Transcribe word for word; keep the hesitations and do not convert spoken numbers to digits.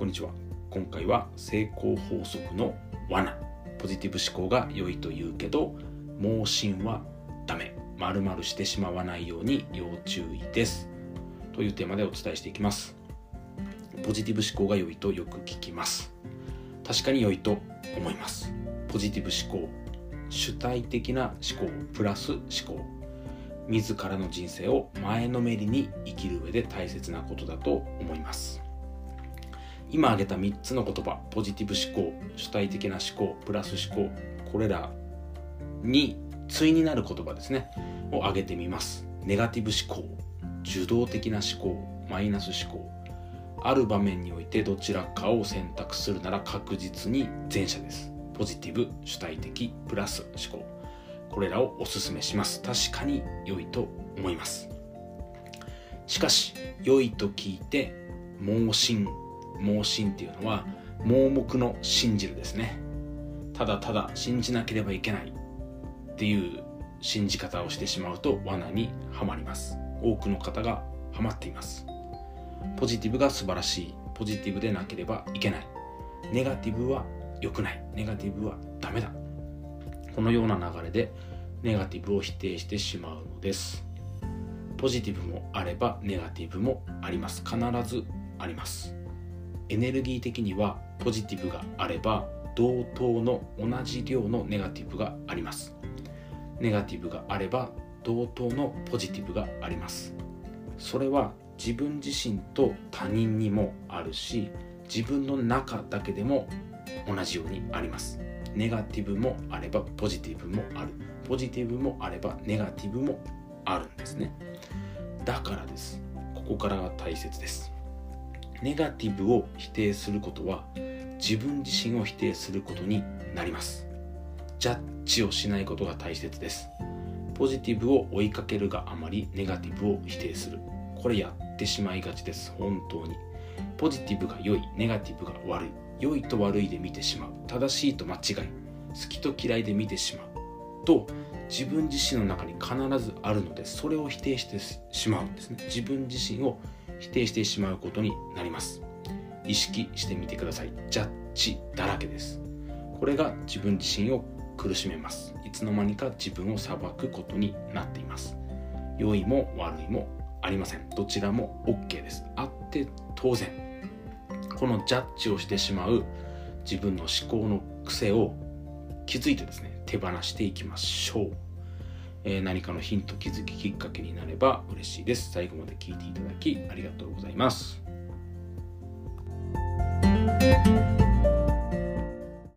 こんにちは。今回は成功法則の罠。ポジティブ思考が良いと言うけど盲信はダメ。丸々してしまわないように要注意ですというテーマでお伝えしていきます。ポジティブ思考が良いとよく聞きます。確かに良いと思います。ポジティブ思考、主体的な思考プラス思考、自らの人生を前のめりに生きる上で大切なことだと思います。今挙げたみっつの言葉、ポジティブ思考、主体的な思考、プラス思考、これらに対になる言葉ですねを挙げてみます。ネガティブ思考、受動的な思考、マイナス思考。ある場面においてどちらかを選択するなら確実に前者です。ポジティブ、主体的、プラス思考。これらをお勧めします。確かに良いと思います。しかし、良いと聞いて盲信、盲信っていうのは盲目の信じるですね。ただただ信じなければいけないっていう信じ方をしてしまうと罠にはまります。多くの方がはまっています。ポジティブが素晴らしい、ポジティブでなければいけない、ネガティブは良くない、ネガティブはダメだ、このような流れでネガティブを否定してしまうのです。ポジティブもあればネガティブもあります。必ずあります。エネルギー的にはポジティブがあれば同等の同じ量のネガティブがあります。ネガティブがあれば同等のポジティブがあります。それは自分自身と他人にもあるし、自分の中だけでも同じようにあります。ネガティブもあればポジティブもある。ポジティブもあればネガティブもあるんですね。だからです。ここからが大切です。ネガティブを否定することは自分自身を否定することになります。ジャッジをしないことが大切です。ポジティブを追いかけるがあまりネガティブを否定する。これやってしまいがちです。本当に。ポジティブが良い、ネガティブが悪い。良いと悪いで見てしまう。正しいと間違い。好きと嫌いで見てしまう。と自分自身の中に必ずあるので、それを否定してしまうんですね。自分自身を否定してしまうことになります。意識してみてください。ジャッジだらけです。これが自分自身を苦しめます。いつの間にか自分を裁くことになっています。良いも悪いもありません。どちらも OK です。あって当然。このジャッジをしてしまう自分の思考の癖を気づいてですね、手放していきましょう。えー、何かのヒント、気づききっかけになれば嬉しいです。最後まで聞いていただきありがとうございます。